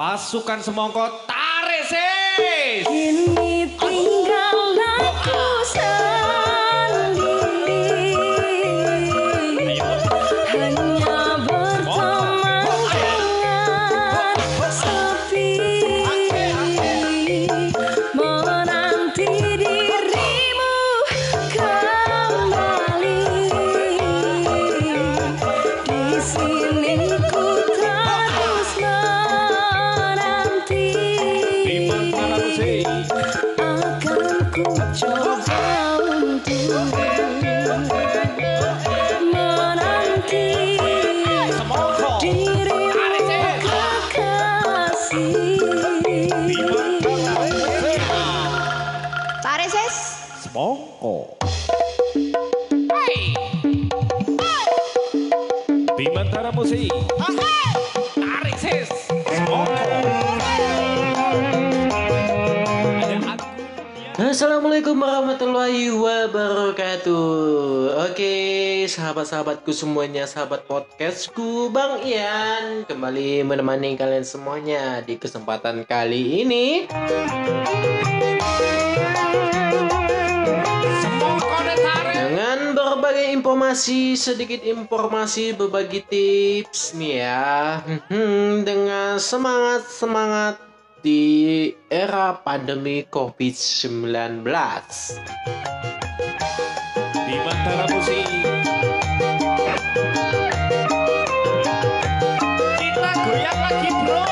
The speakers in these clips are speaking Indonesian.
Pasukan semongko tarik sis. Kini tinggal aku sendiri. Hanya berteman dengan sepi. Menanti dirimu kembali. Di sini ku terus menanti. Akan ku coba untuk menanti dirimu kekasih. Tarik sis. Semongko. Bimantara Musik. Tarik sis. Semongko. Assalamualaikum warahmatullahi wabarakatuh. Oke, sahabat-sahabatku semuanya, sahabat podcastku, Bang Ian kembali menemani kalian semuanya di kesempatan kali ini. Dengan berbagai informasi, sedikit informasi, berbagi tips nih ya. Dengan semangat di era pandemi COVID-19. Bimantara Musik. Kita goyang lagi bro.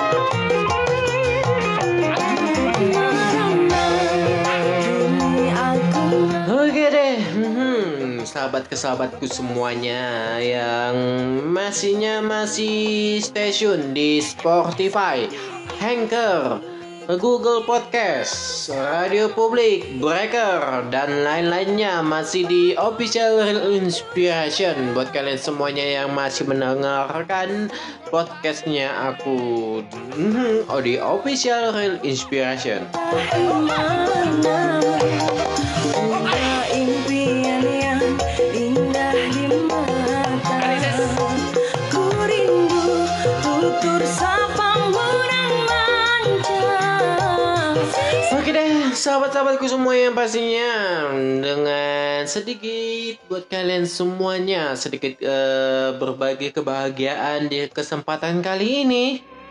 Oke deh, sahabat-sahabatku semuanya yang masih stasiun di Spotify, Anchor, Google Podcast, Radio Publik, Breaker, dan lain-lainnya masih di Official Real Inspiration. Buat kalian semuanya yang masih mendengarkan podcastnya aku di Official Real Inspiration. Impian yang indah di mata. Ku rindu tutur sapamu nan manja. Oke deh, sahabat-sahabatku semua yang pastinya dengan sedikit buat kalian semuanya, sedikit berbagi kebahagiaan di kesempatan kali ini.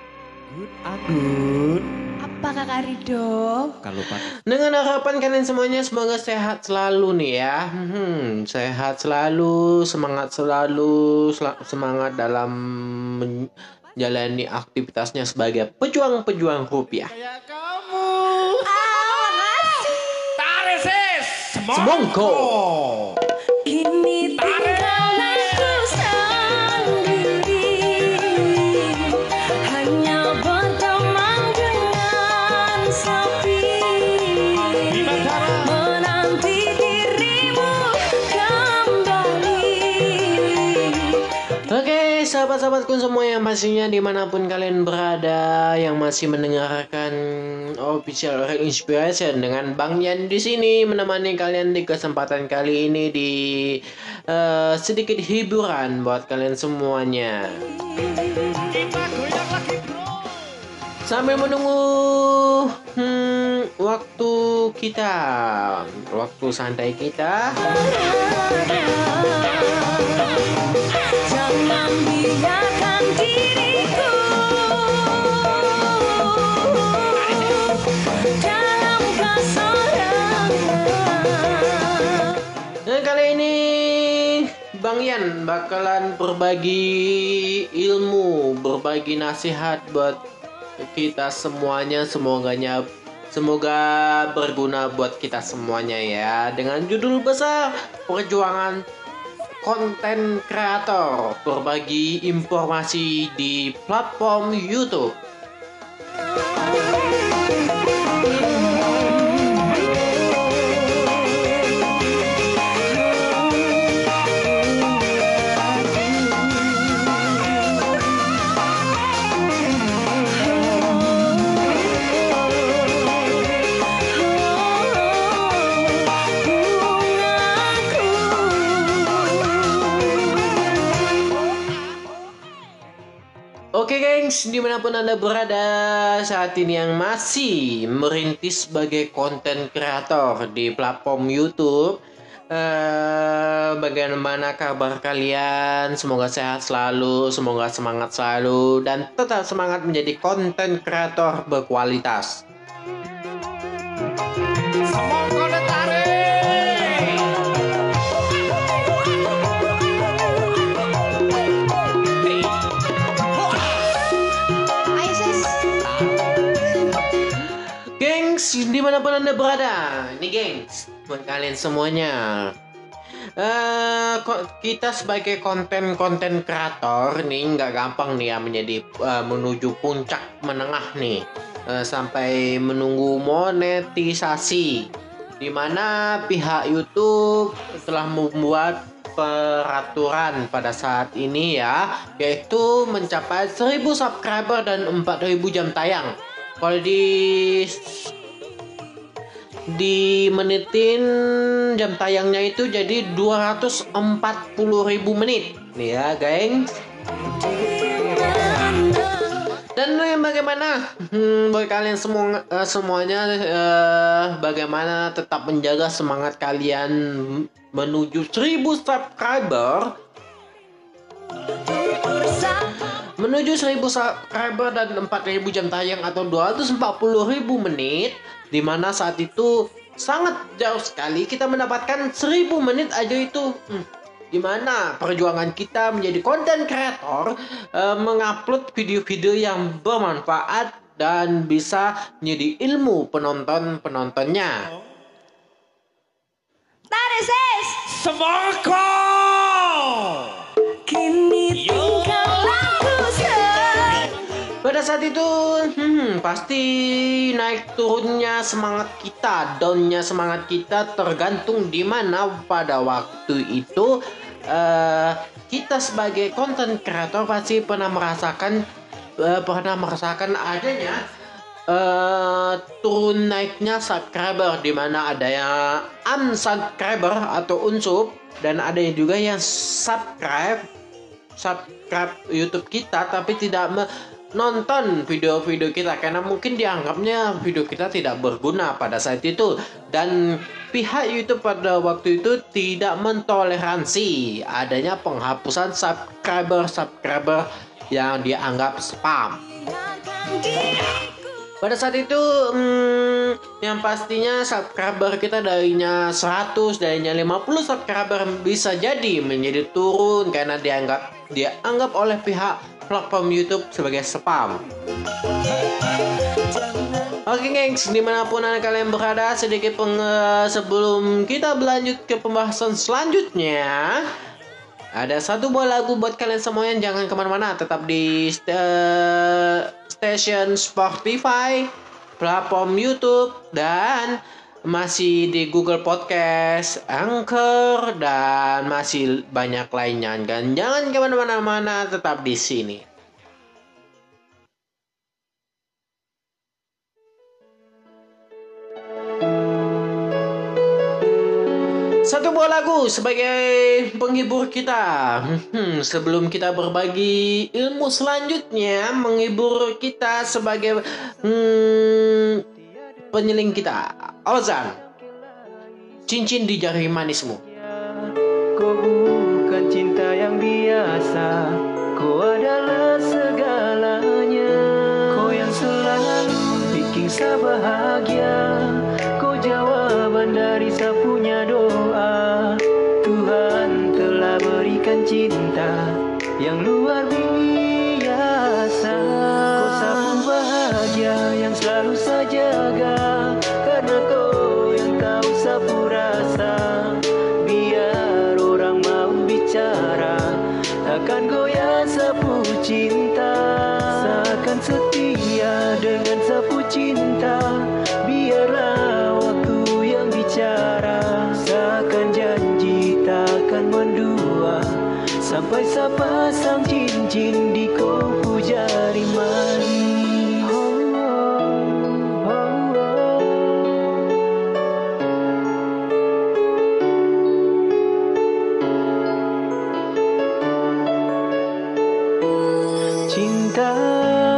Good. Apa Kakak Rido? Kalau Pak Dengan harapan kalian semuanya semoga sehat selalu nih ya. Sehat selalu, semangat dalam menjalani aktivitasnya sebagai pejuang-pejuang rupiah. kayak kamu. Makasih. Tarik sis. Semongko. Kini tinggal aku sendiri. Hanya berteman dengan sepi. Menanti dirimu kembali. Oke, sahabat-sahabatku semua yang pastinya dimanapun kalian berada, yang masih mendengarkan Official Real Inspiration dengan Bang Yan di sini menemani kalian di kesempatan kali ini di sedikit hiburan buat kalian semuanya. Kita goyang lagi bro. Sambil menunggu waktu santai kita. Jangan biarkan diriku dalam kesorangan. Nah, kali ini Bang Yan bakalan berbagi ilmu, berbagi nasihat buat kita semuanya. Semoga berguna buat kita semuanya ya. Dengan judul besar Perjuangan Konten Kreator, berbagi informasi di platform YouTube. Oke geng, gengs, dimanapun Anda berada saat ini yang masih merintis sebagai konten kreator di platform YouTube, bagaimana kabar kalian? Semoga sehat selalu, semoga semangat selalu, dan tetap semangat menjadi konten kreator berkualitas. Semongko ditarik. Ayo sis. Gengs, dimanapun Anda berada, ini gengs, buat kalian semuanya. Kita sebagai konten kreator nih nggak gampang nih ya menjadi menuju puncak menengah nih, sampai menunggu monetisasi, dimana pihak YouTube telah membuat peraturan pada saat ini ya, yaitu mencapai 1000 subscriber dan 4000 jam tayang. Kalau dimenitin jam tayangnya itu jadi 240.000 menit nih ya geng. Dan bagaimana buat kalian semuanya, bagaimana tetap menjaga semangat kalian menuju 1000 subscriber, menuju 1000 subscriber dan 4000 jam tayang atau 240.000 menit, dimana saat itu sangat jauh sekali kita mendapatkan 1000 menit aja itu. Gimana perjuangan kita menjadi konten kreator, mengupload video-video yang bermanfaat dan bisa menjadi ilmu penontonnya. Tarik sis. Semongko. Kini tinggal aku sis. Pada saat itu pasti naik turunnya semangat kita, downnya semangat kita tergantung di mana pada waktu itu kita sebagai konten kreator pasti pernah merasakan adanya turun naiknya subscriber, di mana ada yang unsubscriber atau unsub, dan ada juga yang subscribe YouTube kita tapi tidak nonton video-video kita karena mungkin dianggapnya video kita tidak berguna pada saat itu, dan pihak YouTube pada waktu itu tidak mentoleransi adanya penghapusan subscriber yang dianggap spam. Pada saat itu yang pastinya subscriber kita darinya 100, darinya 50 subscriber bisa jadi menjadi turun karena dianggap oleh pihak platform YouTube sebagai spam. Oke gengs, dimanapun kalian berada, sedikit sebelum kita berlanjut ke pembahasan selanjutnya, ada satu buah lagu buat kalian semuanya. Jangan kemana-mana, tetap di station Spotify, platform YouTube, dan masih di Google Podcast, Anchor, dan masih banyak lainnya. Dan jangan kemana-mana, tetap di sini. Satu buah lagu sebagai penghibur kita. Sebelum kita berbagi ilmu selanjutnya, menghibur kita sebagai penyeling kita, Ozan, cincin di jari manismu. Kau bukan cinta yang biasa, kau adalah segalanya. Kau yang selalu bikin saya bahagia, kau jawaban dari saya punya doa. Tuhan telah berikan cinta yang luar biasa. Kau sapu bahagia yang selalu saya jaga, karena kau yang tahu sapu rasa. Biar orang mau bicara, takkan goyah sapu cinta. Seakan setia dengan sapu cinta, biarlah waktu yang bicara. Seakan janji takkan mendua, sampai saya pasang cincin di kuku jari manis. Cinta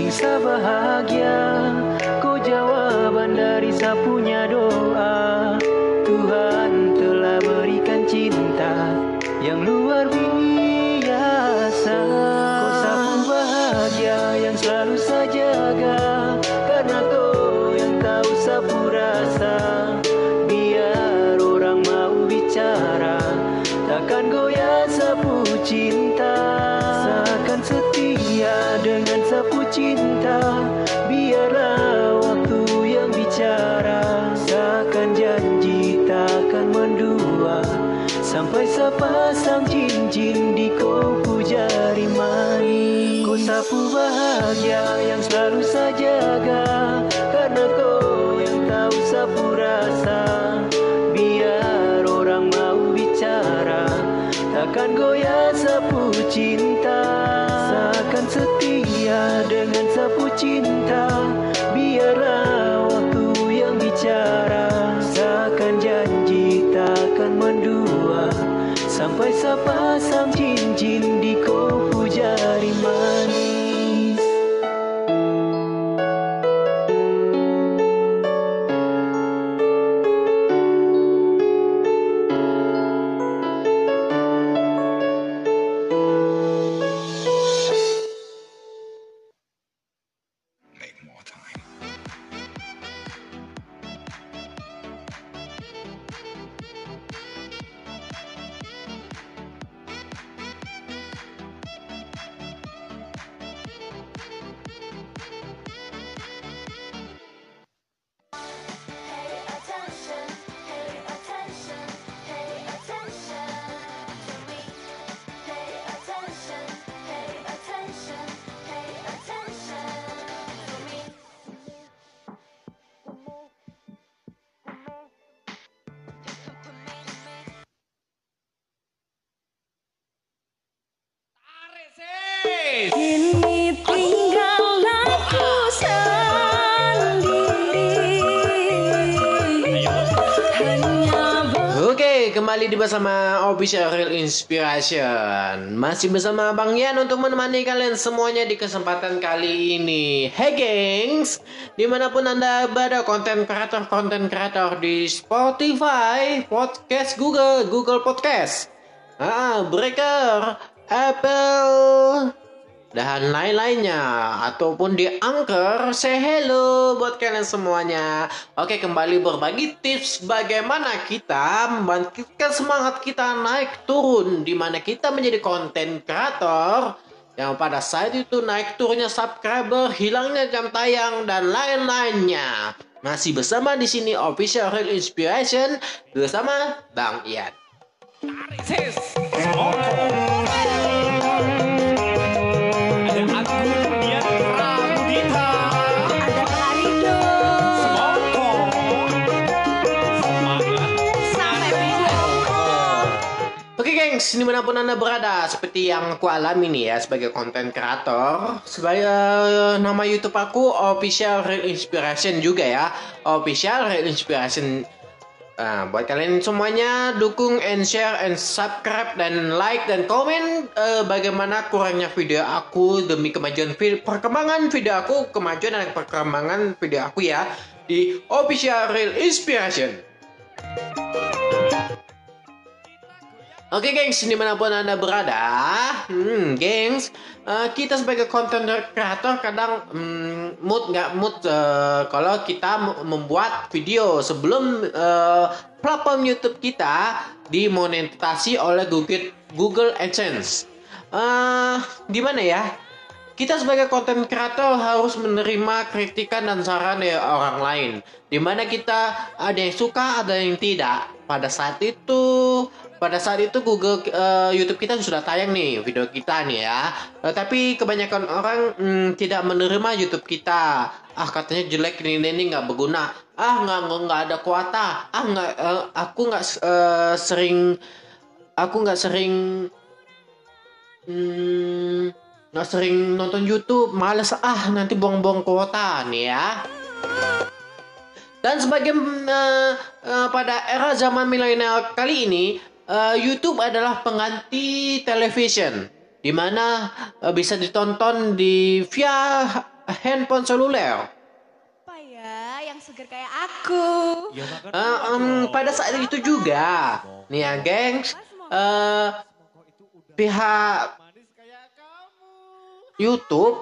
bikin sa bahagia. Kau jawaban dari sapunya doa. Tuhan telah berikan cinta yang luar biasa. Kau sapu bahagia yang selalu saya jaga, karena kau yang tahu sapu rasa. Biar orang mau bicara, takkan goyah sapu cinta. Seakan setia dengan sapu cinta, biarlah waktu yang bicara. Seakan janji takkan mendua, sampai sepasang cincin di kuku jari manis. Kau sapu bahagia yang selalu saya jaga, karena kau yang tahu sapu rasa. Biar orang mau bicara, takkan goyah sapu cinta. Seakan setia dengan sapu cinta, biarlah waktu yang bicara. Seakan janji takkan mendua, sampai sepasang cincin di kuku jari manis. Kini tinggal aku sendiri. Hanya Oke, kembali di bersama Official Real Inspiration. Masih bersama Bang Yan untuk menemani kalian semuanya di kesempatan kali ini. Hey gengs, dimanapun Anda berada, konten kreator di Spotify, podcast Google Podcast, Breaker, Apple, dan lain-lainnya, ataupun di Anchor. Say hello buat kalian semuanya. Oke, kembali berbagi tips bagaimana kita membangkitkan semangat kita naik turun, di mana kita menjadi konten kreator yang pada saat itu naik turunnya subscriber, hilangnya jam tayang, dan lain-lainnya. Masih bersama di sini Official Real Inspiration bersama Bang Ian. ada Karido. Sampai video. Oke gengs, dimanapun Anda berada, seperti yang aku alami nih ya sebagai konten kreator, sebagai nama YouTube aku Official Real Inspiration juga ya, Official Real Inspiration. Buat kalian semuanya, dukung and share and subscribe dan like dan komen bagaimana kurangnya video aku demi perkembangan video aku, kemajuan dan perkembangan video aku ya di Official Real Inspiration. Oke gengs, dimanapun Anda berada, gengs, kita sebagai content creator kadang mood kalau kita membuat video sebelum platform YouTube kita dimonetisasi oleh Google AdSense. Di mana ya? Kita sebagai content creator harus menerima kritikan dan saran dari orang lain. Di mana kita ada yang suka, ada yang tidak. Pada saat itu Google YouTube kita sudah tayang nih video kita nih ya. Tapi kebanyakan orang tidak menerima YouTube kita. Katanya jelek, ini nggak berguna. Nggak ada kuota. Aku nggak sering nonton YouTube, males nanti buang-buang kuota nih ya. Dan sebagai pada era zaman milenial kali ini, YouTube adalah pengganti television, di mana bisa ditonton via handphone seluler. Apa ya yang seger kayak aku? Pada saat itu juga, nih ya gengs, pihak YouTube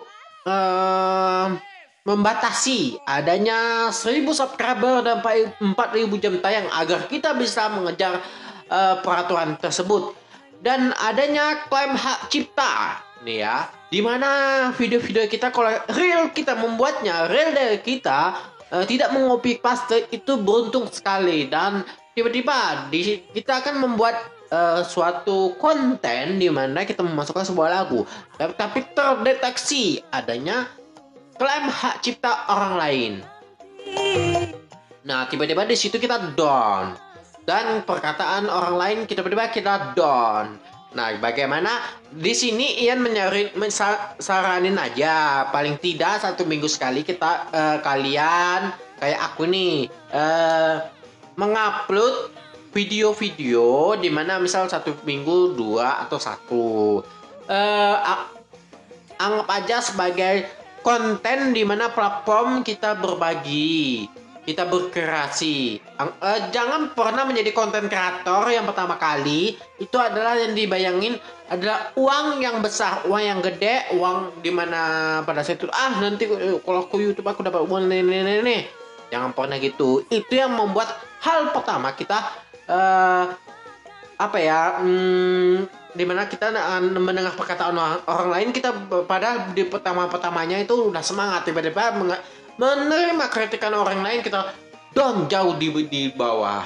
membatasi adanya 1000 subscriber dan 4000 jam tayang agar kita bisa mengejar peraturan tersebut. Dan adanya klaim hak cipta nih ya, dimana video-video kita kalau real kita membuatnya, real dari kita tidak mengopi paste, itu beruntung sekali. Dan tiba-tiba kita akan membuat suatu konten di mana kita memasukkan sebuah lagu, tapi terdeteksi adanya klaim hak cipta orang lain. Nah, tiba-tiba di situ kita down. Dan perkataan orang lain tiba-tiba kita down. Nah, bagaimana di sini Ian saranin aja, paling tidak 1 minggu sekali kita kalian kayak aku nih mengupload video-video di mana misal 1 minggu 2 atau 1. Anggap aja sebagai konten di mana platform kita berbagi, kita berkreasi. Jangan pernah menjadi konten kreator yang pertama kali itu adalah yang dibayangin adalah uang yang besar, uang yang gede, uang dimana pada saat itu nanti kalau aku YouTube aku dapat uang nih. Jangan pernah gitu. Itu yang membuat hal pertama kita dimana kita mendengar perkataan orang lain, kita pada di pertamanya itu udah semangat, tiba-tiba menerima kritikan orang lain kita down jauh di bawah.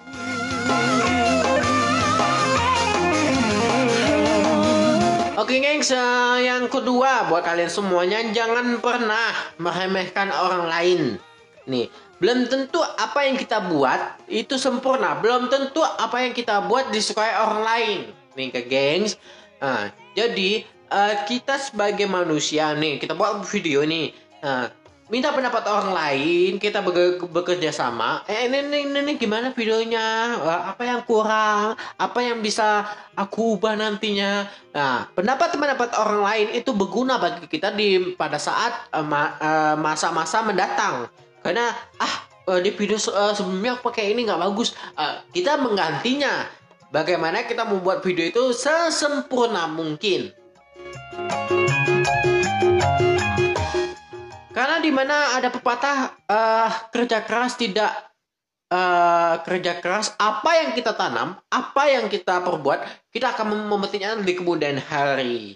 Oke gengs, yang kedua buat kalian semuanya, jangan pernah meremehkan orang lain. Nih, belum tentu apa yang kita buat itu sempurna, belum tentu apa yang kita buat disukai orang lain. Nih ke gengs, jadi kita sebagai manusia nih, kita buat video nih, minta pendapat orang lain, kita bekerja sama. Ini gimana videonya? Apa yang kurang? Apa yang bisa aku ubah nantinya? Nah, pendapat orang lain itu berguna bagi kita pada saat masa-masa mendatang. Karena di video sebelumnya aku pakai ini nggak bagus. Kita menggantinya. Bagaimana kita membuat video itu sesempurna mungkin. Karena di mana ada pepatah kerja keras apa yang kita tanam, apa yang kita perbuat, kita akan memetiknya di kemudian hari.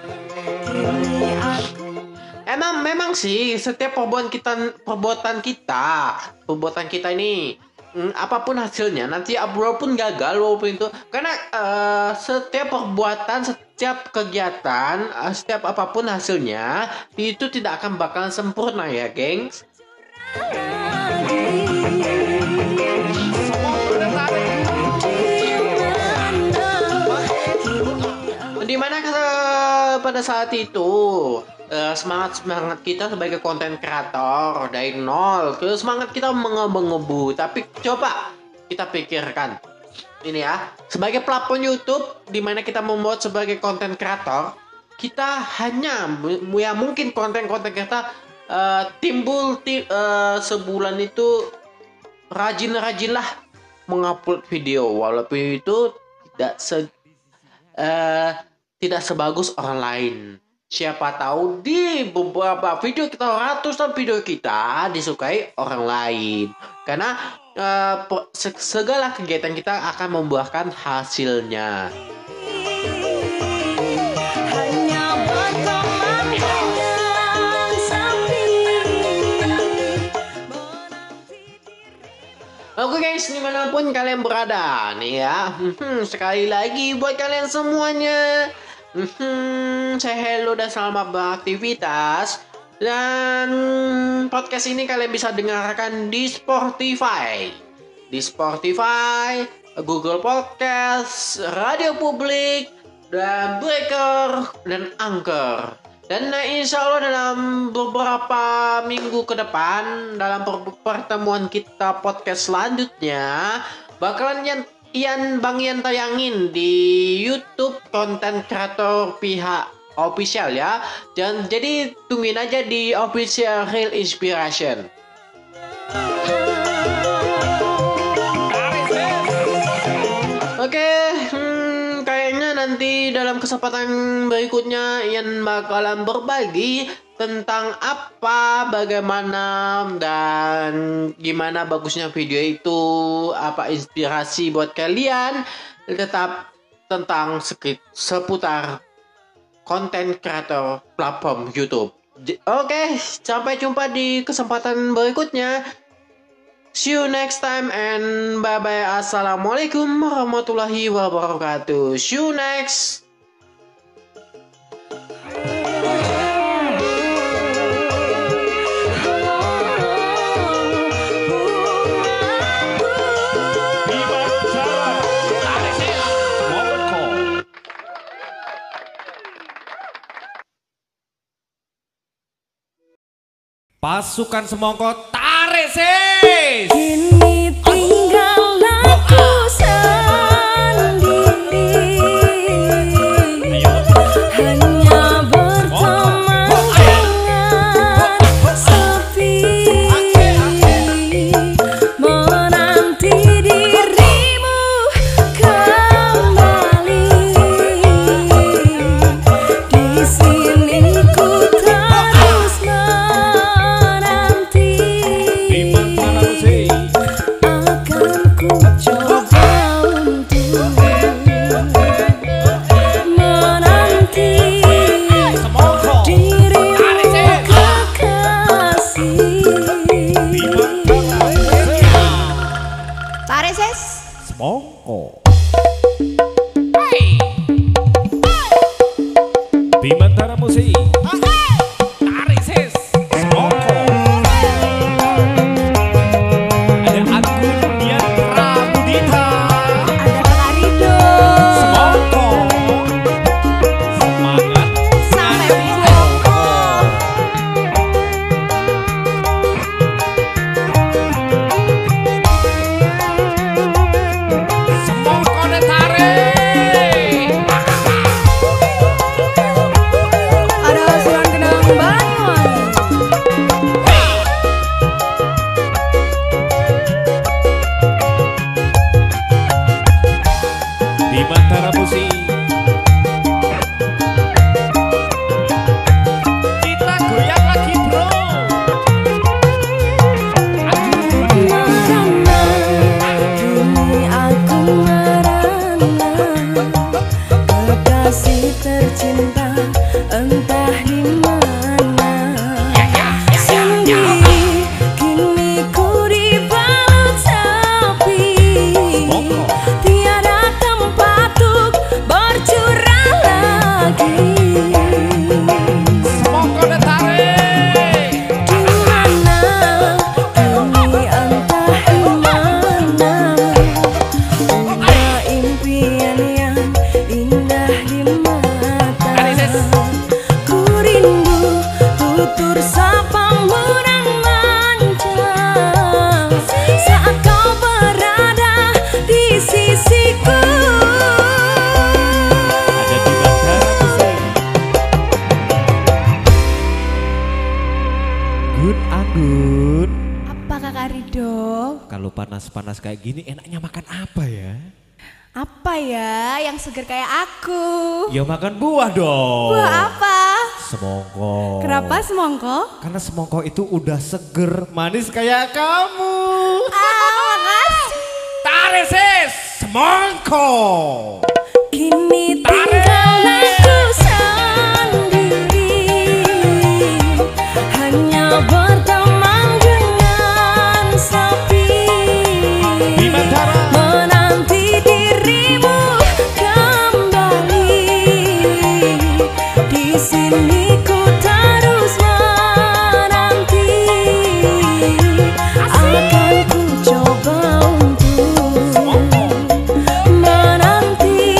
Memang sih setiap perbuatan kita ini apapun hasilnya nanti walaupun gagal walaupun itu, karena setiap perbuatan, setiap kegiatan, setiap apapun hasilnya itu tidak akan bakalan sempurna ya gengs. Dimana pada saat itu semangat kita sebagai konten kreator dari nol, semangat kita mengebu, tapi coba kita pikirkan ini ya, sebagai platform YouTube di mana kita membuat sebagai konten kreator, kita hanya mungkin konten-konten kita timbul sebulan itu rajin-rajinlah mengupload video, walaupun itu tidak sebagus orang lain. Siapa tahu di beberapa video kita, ratusan video kita disukai orang lain. Karena segala kegiatan kita akan membuahkan hasilnya. Oke guys, dimanapun kalian berada nih ya, sekali lagi buat kalian semuanya, saya hello dan selamat beraktivitas. Dan podcast ini kalian bisa dengarkan di Spotify, Google Podcast, Radio Publik, dan Breaker dan Anchor. Dan insya Allah dalam beberapa minggu ke depan, dalam pertemuan kita podcast selanjutnya, bakalan Bang Ian tayangin di YouTube konten kreator pihak official ya. Dan jadi tungguin aja di official Real Inspiration. Oke, kayaknya nanti dalam kesempatan berikutnya Ian bakalan berbagi tentang apa, bagaimana, dan gimana bagusnya video itu, apa inspirasi buat kalian, tetap tentang seputar konten kreator platform YouTube. Oke, sampai jumpa di kesempatan berikutnya. See you next time and bye-bye. Assalamualaikum warahmatullahi wabarakatuh. See you next. Pasukan semongko tarik sis. Kini tinggal aku sendiri. Hanya berteman dengan sepi. Menanti dirimu kembali. Di sini ku terus menanti. Akan ku coba untuk menanti dirimu kekasih. Tarik sis. Semongko. Bimantara Musik. Tarik sis. Semongko. Ada Agun Dian Prabudita. Ada Kak Rido. Semongko. Semangat. Sampai Semongko. Semongko tarik. Ada Suran Kenang Banyuwangi. Bimantara Musik. Kita goyang lagi bro. Merana, kini aku merana. Kekasih tercinta entah di mana. Sendiri kini ku dibalut sepi. Tiada tempat untuk bercurah lagi. Semongko tarik. Di mana kini entah di mana. Punya impian yang indah di mata. Ku rindu tutur sapamu dan manja saat kau berada di sisiku. Ada Bimantara Musik. Good Agun. Apa Kakak Rido? Kalau panas-panas kayak gini enaknya makan apa ya? Apa ya yang seger kayak aku? Ya makan buah dong. Buah apa? Semongko. Kenapa semongko? Karena semongko itu udah seger, manis kayak kamu. Makasih. Tarik sis, semongko. Kini tinggal aku sendiri. Hanya berteman dengan sepi. Bimantara. Menanti dirimu kembali. Di sini ku terus menanti. Akan ku coba untuk menanti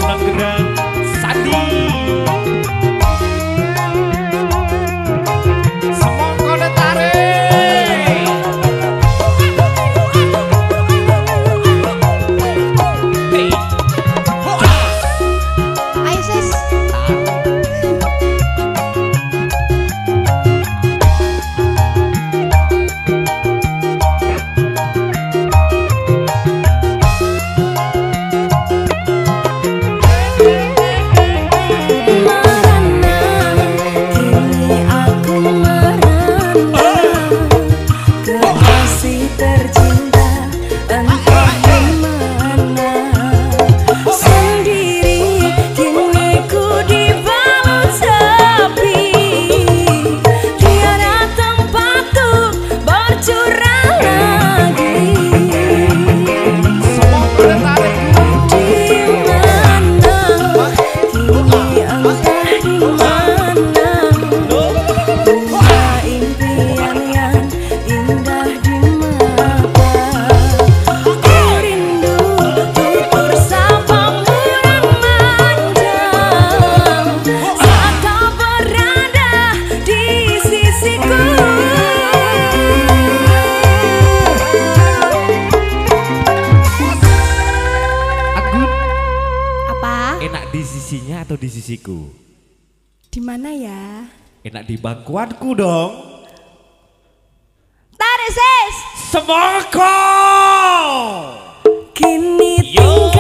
Sunan Gendang Sandi. Semongko tarik. Ayo sis. Enak di sisinya atau di sisiku? Di mana ya? Enak di bangkuanku dong. Tarik sis. Semongko. Kini Yo.